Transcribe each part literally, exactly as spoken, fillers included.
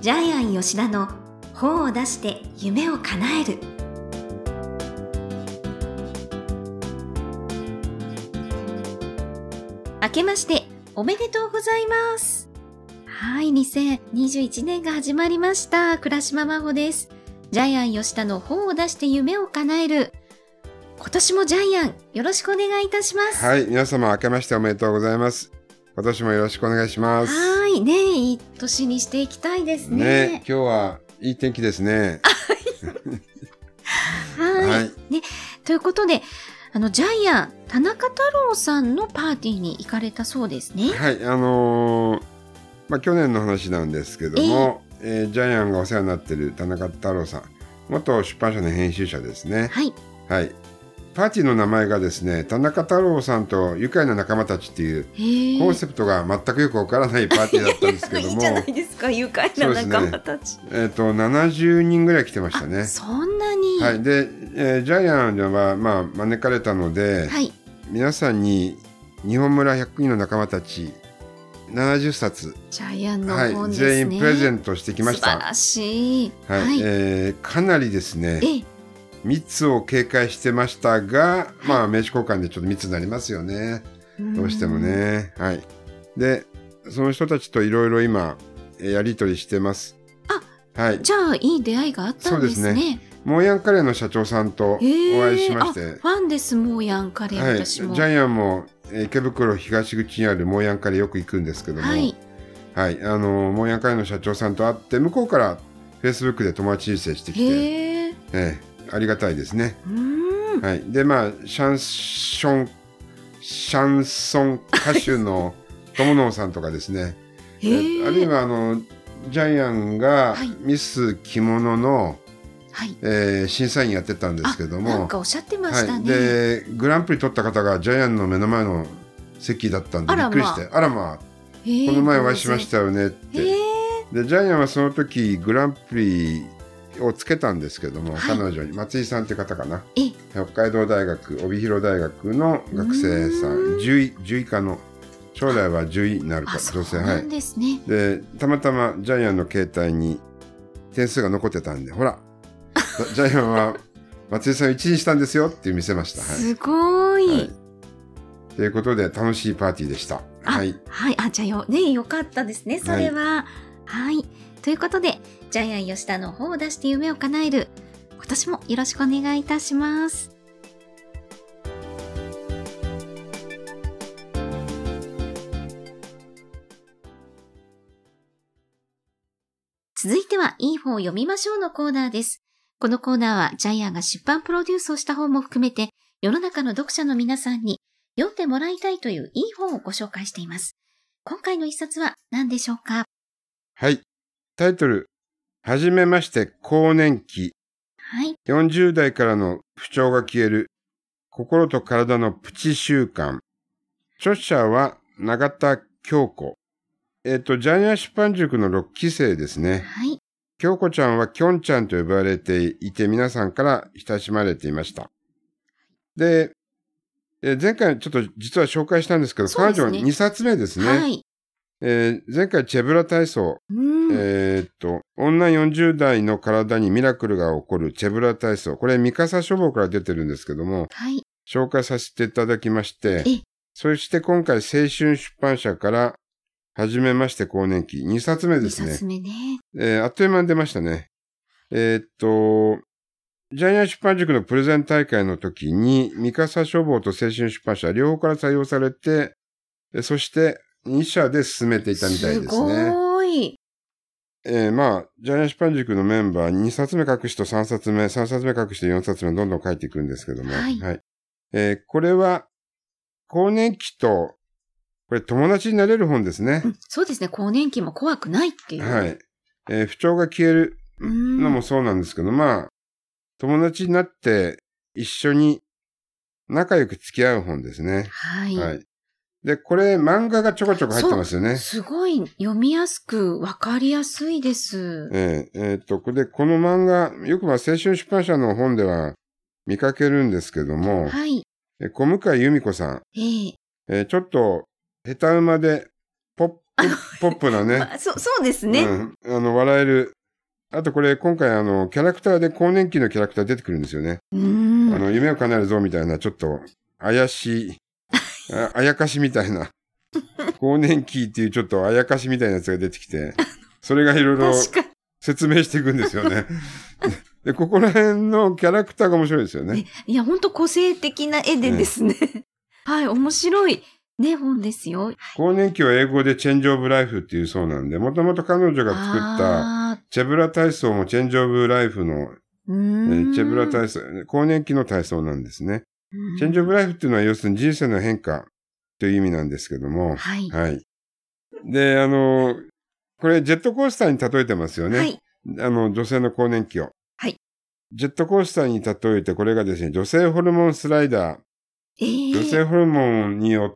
ジャイアン吉田の本を出して夢を叶える。明けましておめでとうございます。はい、にせんにじゅういちねんが始まりました。倉島真帆です。ジャイアン吉田の本を出して夢を叶える。今年もジャイアンよろしくお願いいたします。 はい、皆様明けましておめでとうございます。今年もよろしくお願いします。 はいね、いい年にしていきたいですね。 ね、今日はいい天気ですね。 はい、 はい、 ね、ということであのジャイアン田中太郎さんのパーティーに行かれたそうですね。 はい、あのー、まあ去年の話なんですけども、えーえー、ジャイアンがお世話になっている田中太郎さん、元出版社の編集者ですね。 はい、 はい、パーティーの名前がですね、田中太郎さんと愉快な仲間たちっていうコンセプトが全くよくわからないパーティーだったんですけどもいいじゃないですか、愉快な仲間たち、ね、 えっとななじゅうにんぐらい来てましたね。 そんなに。 はい、で、えー、ジャイアンは、まあ、招かれたので、はい、皆さんに日本村ひゃくにんの仲間たちななじゅっさつジャイアンの本ですね、 はい、全員プレゼントしてきました。 素晴らしい。 はい、はい、えー、かなりですね、え密を警戒してましたが、はい、まあ名刺交換でちょっと密になりますよね、どうしてもね。はい、でその人たちといろいろ今やり取りしてます。 あ、はい、じゃあいい出会いがあったんですね。そうですね、 モーヤンカレーの社長さんとお会いしまして、 ファンです。モーヤンカレー、はい、私もジャイアンも池袋東口にあるモーヤンカレーよく行くんですけども、はいはい、あのモーヤンカレーの社長さんと会って、向こうからフェイスブックで友達申請してきて、ええ、ありがたいですね。うん、はい、でまあシャンションシャンソン歌手の友野さんとかですねあるいはあのジャイアンがミス着物の、はいえー、審査員やってたんですけども、 なんかおっしゃってましたね。はい、 でグランプリ取った方がジャイアンの目の前の席だったんでびっくりして、あらまあ、この前お会いしましたよねって。でジャイアンはその時グランプリをつけたんですけども、はい、彼女に松井さんって方かな、北海道大学帯広大学の学生さん、じゅうい、じゅういかの将来はじゅういになるか、女性。 なんですね。 はい、でたまたまジャイアンの携帯に点数が残ってたんで、ほらジャイアンは松井さんをいちいにしたんですよって見せました。はい、 すごい、はい、 ということで楽しいパーティーでした。はい、 はい、あ、じゃあよ、ね、よかったですね、それは。はい、はい、ということでジャイアン吉田の本を出して夢を叶える、今年もよろしくお願いいたします。続いてはいい本を読みましょうのコーナーです。このコーナーはジャイアンが出版プロデュースをした本も含めて、世の中の読者の皆さんに読んでもらいたいといういい本をご紹介しています。今回の一冊は何でしょうか？ はい、タイトル、はじめまして更年期、はい、よんじゅう代からの不調が消える心と体のプチ習慣。著者は永田京子。えっと、ジャイアン出版塾のろっき生ですね。はい。京子ちゃんはきょんちゃんと呼ばれていて、皆さんから親しまれていました。で、え前回ちょっと実は紹介したんですけど、彼女にさつめですね。はい。えー、前回チェブラ体操。えー、っと、女よんじゅう代の体にミラクルが起こるチェブラ体操。これ、三笠書房から出てるんですけども、はい。紹介させていただきまして、そして今回、青春出版社から、はじめまして更年期。にさつめですね。にさつめね。えー、あっという間に出ましたね。えー、っと、ジャイアン出版塾のプレゼン大会の時に、三笠書房と青春出版社両方から採用されて、そしてに社で進めていたみたいですね。すごい。 えー、まあ、ジャイアン出版塾のメンバーにさつめ書く人さんさつめ、さんさつめ書く人よんさつめどんどん書いていくんですけども。はい。はい、えー、これは、更年期と、これ友達になれる本ですね。 うん、そうですね。更年期も怖くないっていう。 はい。えー、不調が消えるのもそうなんですけど、まあ、友達になって一緒に仲良く付き合う本ですね。はい。はい。で、これ漫画がちょこちょこ入ってますよね。 すごい読みやすくわかりやすいです。 えー、えー、っと、で、この漫画、よくまあ青春出版社の本では見かけるんですけども、はい。え小向井由美子さん。えー、えー、ちょっと下手馬でポッポップなね。 まあ、そ、そうですね。 うん。あの、笑える。あとこれ、今回あの、キャラクターで更年期のキャラクター出てくるんですよね。 うん。 あの、夢を叶えるぞみたいな、ちょっと、怪しい、あ, あやかしみたいな。更年期っていうちょっとあやかしみたいなやつが出てきて、それがいろいろ説明していくんですよね。で、ここら辺のキャラクターが面白いですよね。 いや、ほんと個性的な絵でですね。ねはい、面白い。ね、本ですよ。 更年期は英語でチェンジオブライフっていうそうなんで、もともと彼女が作ったチェブラ体操もチェンジオブライフのえー、チェブラ体操、更年期の体操なんですね。チェンジオブライフっていうのは要するに人生の変化という意味なんですけども。 はい。 はい。で、あの、これジェットコースターに例えてますよね。はい。あの、女性の更年期を。 はい。 ジェットコースターに例えてこれがですね、女性ホルモンスライダー。 えー、 女性ホルモンによって、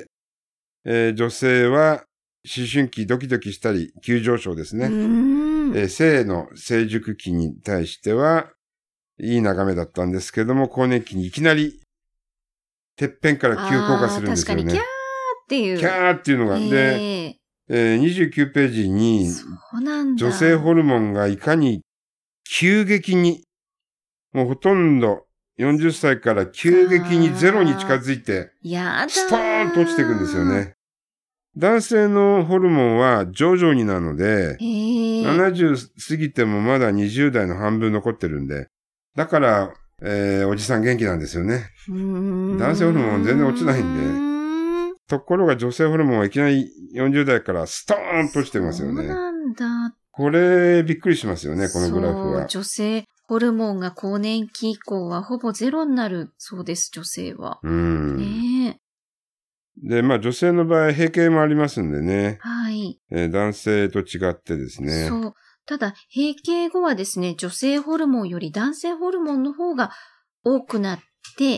えー、女性は思春期ドキドキしたり、急上昇ですね。えー、性の成熟期に対しては、いい眺めだったんですけども、更年期にいきなり、てっぺんから急降下するんですよね。 確かに、キャーっていう。 キャーっていうのが。えー、で、えー、にじゅうきゅうページに、 そうなんだ。 女性ホルモンがいかに急激に、もうほとんどよんじゅっさいから急激にゼロに近づいて、ストーンと落ちていくんですよね。男性のホルモンは徐々になので、ななじゅう過ぎてもまだにじゅう代の半分残ってるんで、だから、えー、おじさん元気なんですよね。男性ホルモン全然落ちないんで。ところが女性ホルモンはいきなりよんじゅう代からストーンと落ちてますよね。 そうなんだ。 これ、びっくりしますよね、このグラフは。 女性ホルモンが更年期以降はほぼゼロになるそうです、女性は。 うん。 ねえ。で、まあ女性の場合、閉経もありますんでね。 はい。 えー、男性と違ってですね。 そう。ただ、閉経後はですね、女性ホルモンより男性ホルモンの方が多くなって、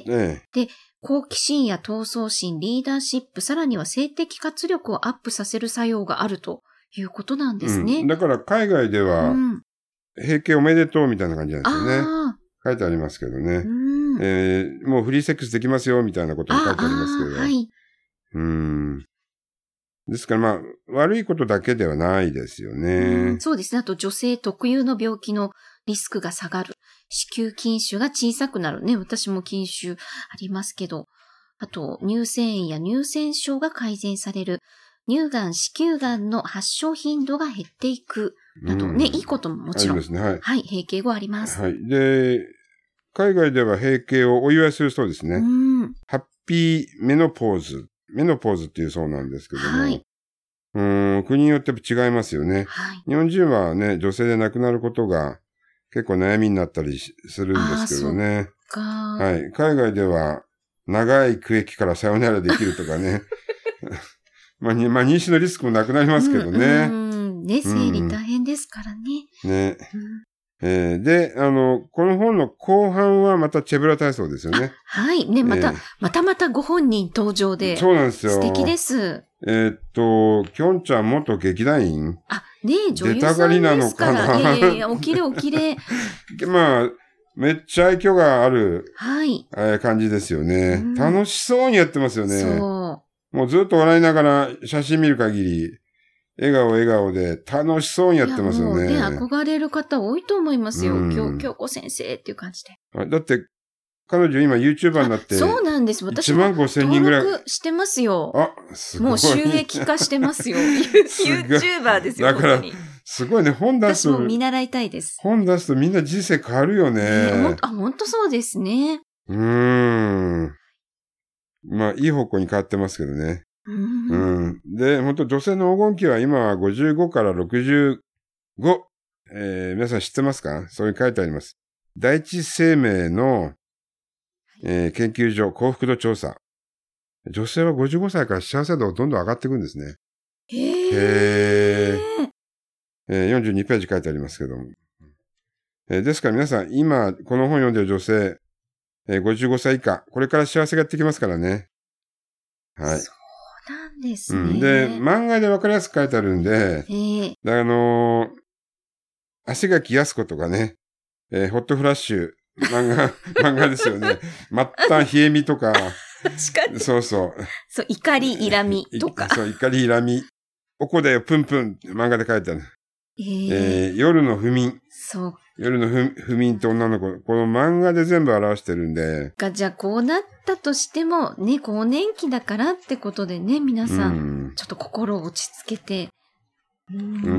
ね、 で、好奇心や闘争心、リーダーシップ、さらには性的活力をアップさせる作用があるということなんですね。 うん、だから海外では、うん、閉経おめでとうみたいな感じなんですよね。書いてありますけどね。うん、えー、もうフリーセックスできますよみたいなことも書いてありますけど。 はい。 うん。ですからまあ、悪いことだけではないですよね。 うん、そうですね。あと女性特有の病気のリスクが下がる。子宮筋腫が小さくなるね。私も筋腫ありますけど。あと、乳腺炎や乳腺症が改善される。乳がん、子宮がんの発症頻度が減っていく。などね、うん、いいことももちろん。 ありますね。はい。 はい、閉経後あります。 はい。で、海外では閉経をお祝いするそうですね。 うん。 ハッピーメノポーズ。メノポーズっていうそうなんですけども。はい。うーん、国によって違いますよね。 はい。 日本人はね、女性で亡くなることが結構悩みになったりするんですけどね。 かはい。海外では長い区域からさよならできるとかね。まあ、まあ、妊娠のリスクもなくなりますけどね。 うん、ね、生理大変ですからね。 うん、ね、うんえー。で、あの、この本の後半はまたチェブラ体操ですよね。 はい。ね、また、えー、またまたご本人登場で。 そうなんですよ。 素敵です。 えー、っと、きょんちゃん元劇団員あ、ねえ、女優さんですから。いやいやいや、おきれおきれ。 まあ、めっちゃ愛嬌がある、 はい。 えー、感じですよね、うん。楽しそうにやってますよね。 そう。 もうずっと笑いながら写真見る限り、笑顔笑顔で楽しそうにやってますよね。 いやもうね、憧れる方多いと思いますよ。京、京子先生っていう感じで。 だって、彼女今 YouTuber になって。 そうなんです。私もいちまんごせんにんぐらい。 登録してますよ。 あ、すごい。 もう収益化してますよ。YouTuber ですよ。 だから、すごいね、本出すと。 私も見習いたいです。 本出すとみんな人生変わるよね。 ねあ、ほんとそうですね。 うーん。まあ、いい方向に変わってますけどね。 うん、 うん。で、本当女性の黄金期は今はごじゅうごからろくじゅうご。えー、皆さん知ってますか？そういう書いてあります。第一生命の、えー、研究所幸福度調査。女性はごじゅうごさいから幸せ度がどんどん上がっていくんですね。 へー。 へー。えー、よんじゅうにページ書いてありますけども。えー、ですから皆さん、今、この本読んでる女性、えー、ごじゅうごさい以下、これから幸せがやってきますからね。はい。 そうなんですね。 うん、で、漫画で分かりやすく書いてあるんで、 えー、 あのー、足垣康子とかね、えー、ホットフラッシュ、漫画、漫画ですよね。末端冷えみとか。 確かに。 そうそう。 そう、怒り、睨みとか。 そう、怒り、睨みおこだよプンプンって漫画で書いてある。 えーえー、夜の不眠。 そう。 夜の不不眠と女の子。この漫画で全部表してるんで。 が、じゃあこうなったとしても、ね、更年期だからってことでね、皆さん、うん、ちょっと心を落ち着けて。 うん、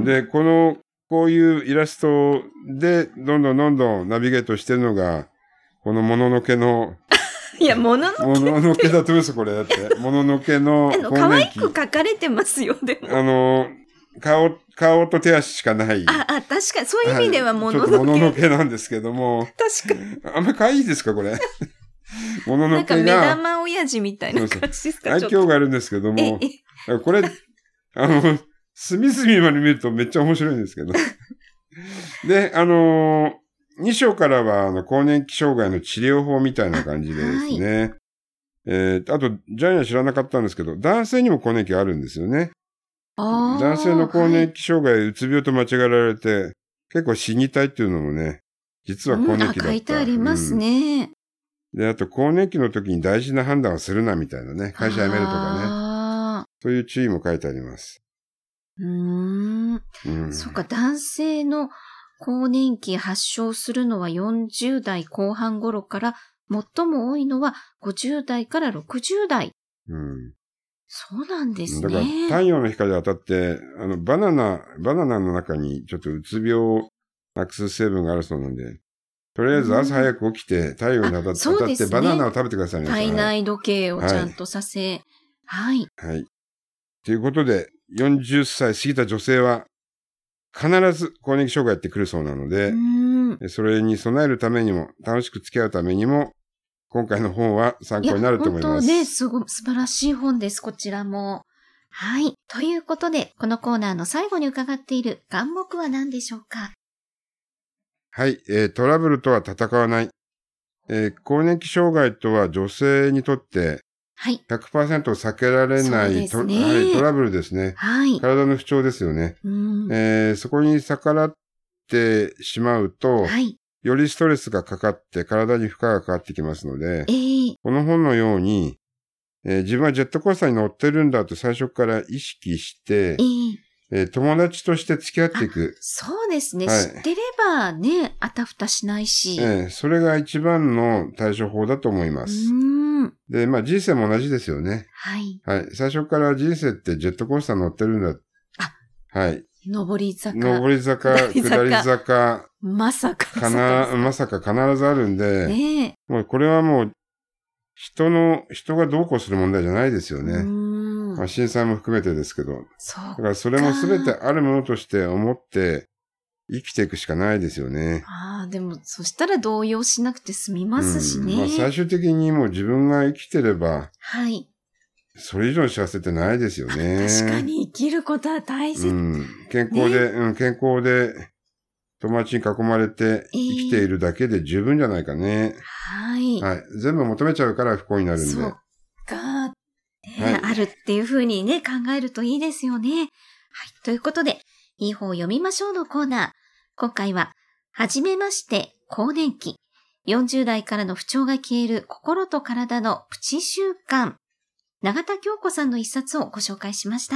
で、この、こういうイラストで、どんどんどんどんナビゲートしてるのが、このもののけの、 いや、もののけ。 もののけだと思います、これだって。もののけの更年期。 可愛く描かれてますよ、でも。 あの、顔、顔と手足しかない。 あ、あ、確かに、そういう意味ではもののけ。 はい、ちょっともののけなんですけども。 確かに。 あんまり可愛いですか、これ。もののけが。 なんか目玉親父みたいな感じですか、 愛嬌があるんですけども。これ、あの、隅々まで見るとめっちゃ面白いんですけど。で、あのー、に章からは、あの、更年期障害の治療法みたいな感じでですね。はい、えー、あと、ジャイアン知らなかったんですけど、男性にも更年期あるんですよね。男性の更年期障害、はい、うつ病と間違えられて、結構死にたいっていうのもね、実は更年期だった。うん、 書いてありますね、 うん。で、あと、更年期の時に大事な判断をするなみたいなね、会社辞めるとかね。そういう注意も書いてあります。 うーん。うん、そうか、男性の更年期発症するのはよんじゅう代後半頃から、最も多いのはごじゅう代からろくじゅう代。うん。そうなんですね。 だから太陽の光で当たって、あの、バナナ、バナナの中にちょっとうつ病をなくす成分があるそうなんで、とりあえず朝早く起きて太陽に当たって、当たってバナナを食べてくださいね。 体内時計をちゃんとさせ、はい。 はい。はい。ということで、よんじゅっさい過ぎた女性は、必ず更年期障害って来るそうなので、それに備えるためにも、楽しく付き合うためにも、今回の本は参考になると思います。 本当ね、すごい素晴らしい本です、こちらも。はい。ということで、このコーナーの最後に伺っている願目は何でしょうか？ はい、えー、トラブルとは戦わない。えー、更年期障害とは女性にとって、はい。ひゃくパーセント 避けられないト、ねはい、トラブルですね。はい。体の不調ですよね。うんえー、そこに逆らってしまうと、はい。よりストレスがかかって体に負荷がかかってきますので、えー、この本のように、えー、自分はジェットコースターに乗ってるんだと最初から意識して、えーえー、友達として付き合っていく。 そうですね、はい。知ってればね、あたふたしないし。 えー、それが一番の対処法だと思います。うんで、まあ人生も同じですよね。はい。はい。最初から人生ってジェットコースター乗ってるんだ。あ、はい。 上り坂。 上り坂、下り坂。下り坂まさか。 かな、まさか必ずあるんで、ねえ、もうこれはもう、人の、人がどうこうする問題じゃないですよね。うんまあ、震災も含めてですけど。そうか。だからそれもすべてあるものとして思って生きていくしかないですよね。 ああ、でもそしたら動揺しなくて済みますしね。うんまあ、 最終的にもう自分が生きてれば、はい。それ以上の幸せってないですよね。 確かに生きることは大切。 うん。健康で、ね、うん、健康で、友達に囲まれて生きているだけで十分じゃないかね。えー、はい。はい。全部求めちゃうから不幸になるんで。 そうか、ねはい。あるっていう風にね、考えるといいですよね。はい。ということで、いい本を読みましょうのコーナー。今回は、はじめまして、更年期。よんじゅう代からの不調が消える心と体のプチ習慣。永田京子さんの一冊をご紹介しました。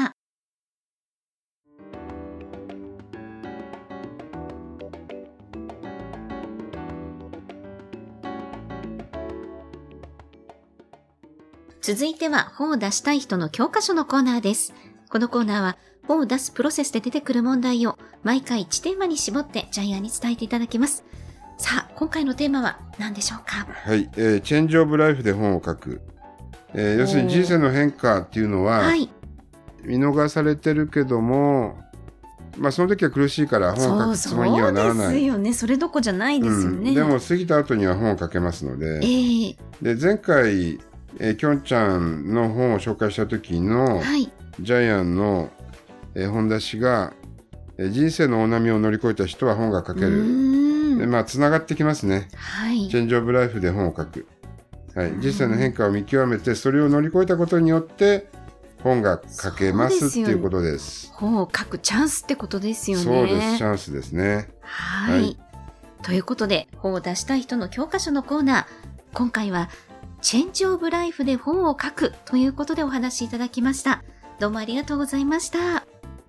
続いては本を出したい人の教科書のコーナーです。このコーナーは本を出すプロセスで出てくる問題を毎回いちテーマに絞ってジャイアンに伝えていただきます。さあ、今回のテーマは何でしょうか？ はい、えー、チェンジオブライフで本を書く。えー、要するに人生の変化っていうのは、はい、見逃されてるけども、まあその時は苦しいから本を書くつもりにはならない。 そうですよね。それどこじゃないですよね。 うん、でも過ぎた後には本を書けますので、えー、で前回えー、きょんちゃんの本を紹介した時の、はい、ジャイアンの、えー、本出しが、えー、人生の大波を乗り越えた人は本が書ける。でまあつながってきますね。はい、チェンジオブライフで本を書く。はい、人生の変化を見極めてそれを乗り越えたことによって本が書けますっていうことです。 本を書くチャンスってことですよね。 そうです、チャンスですね。 はい。はい、ということで本を出したい人の教科書のコーナー。今回はチェンジオブライフで本を書くということでお話しいただきました。どうもありがとうございました。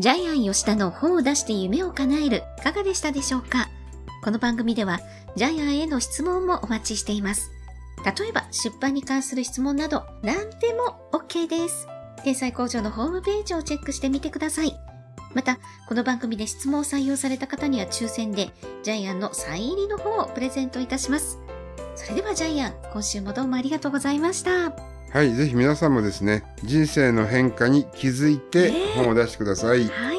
ジャイアン吉田の本を出して夢を叶える、いかがでしたでしょうか？この番組ではジャイアンへの質問もお待ちしています。例えば出版に関する質問など何でも OK です。天才工場のホームページをチェックしてみてください。また、この番組で質問を採用された方には抽選でジャイアンのサイン入りの本をプレゼントいたします。それではジャイアン、今週もどうもありがとうございました。 はい、ぜひ皆さんもですね、人生の変化に気づいて本を出してください。 えーはい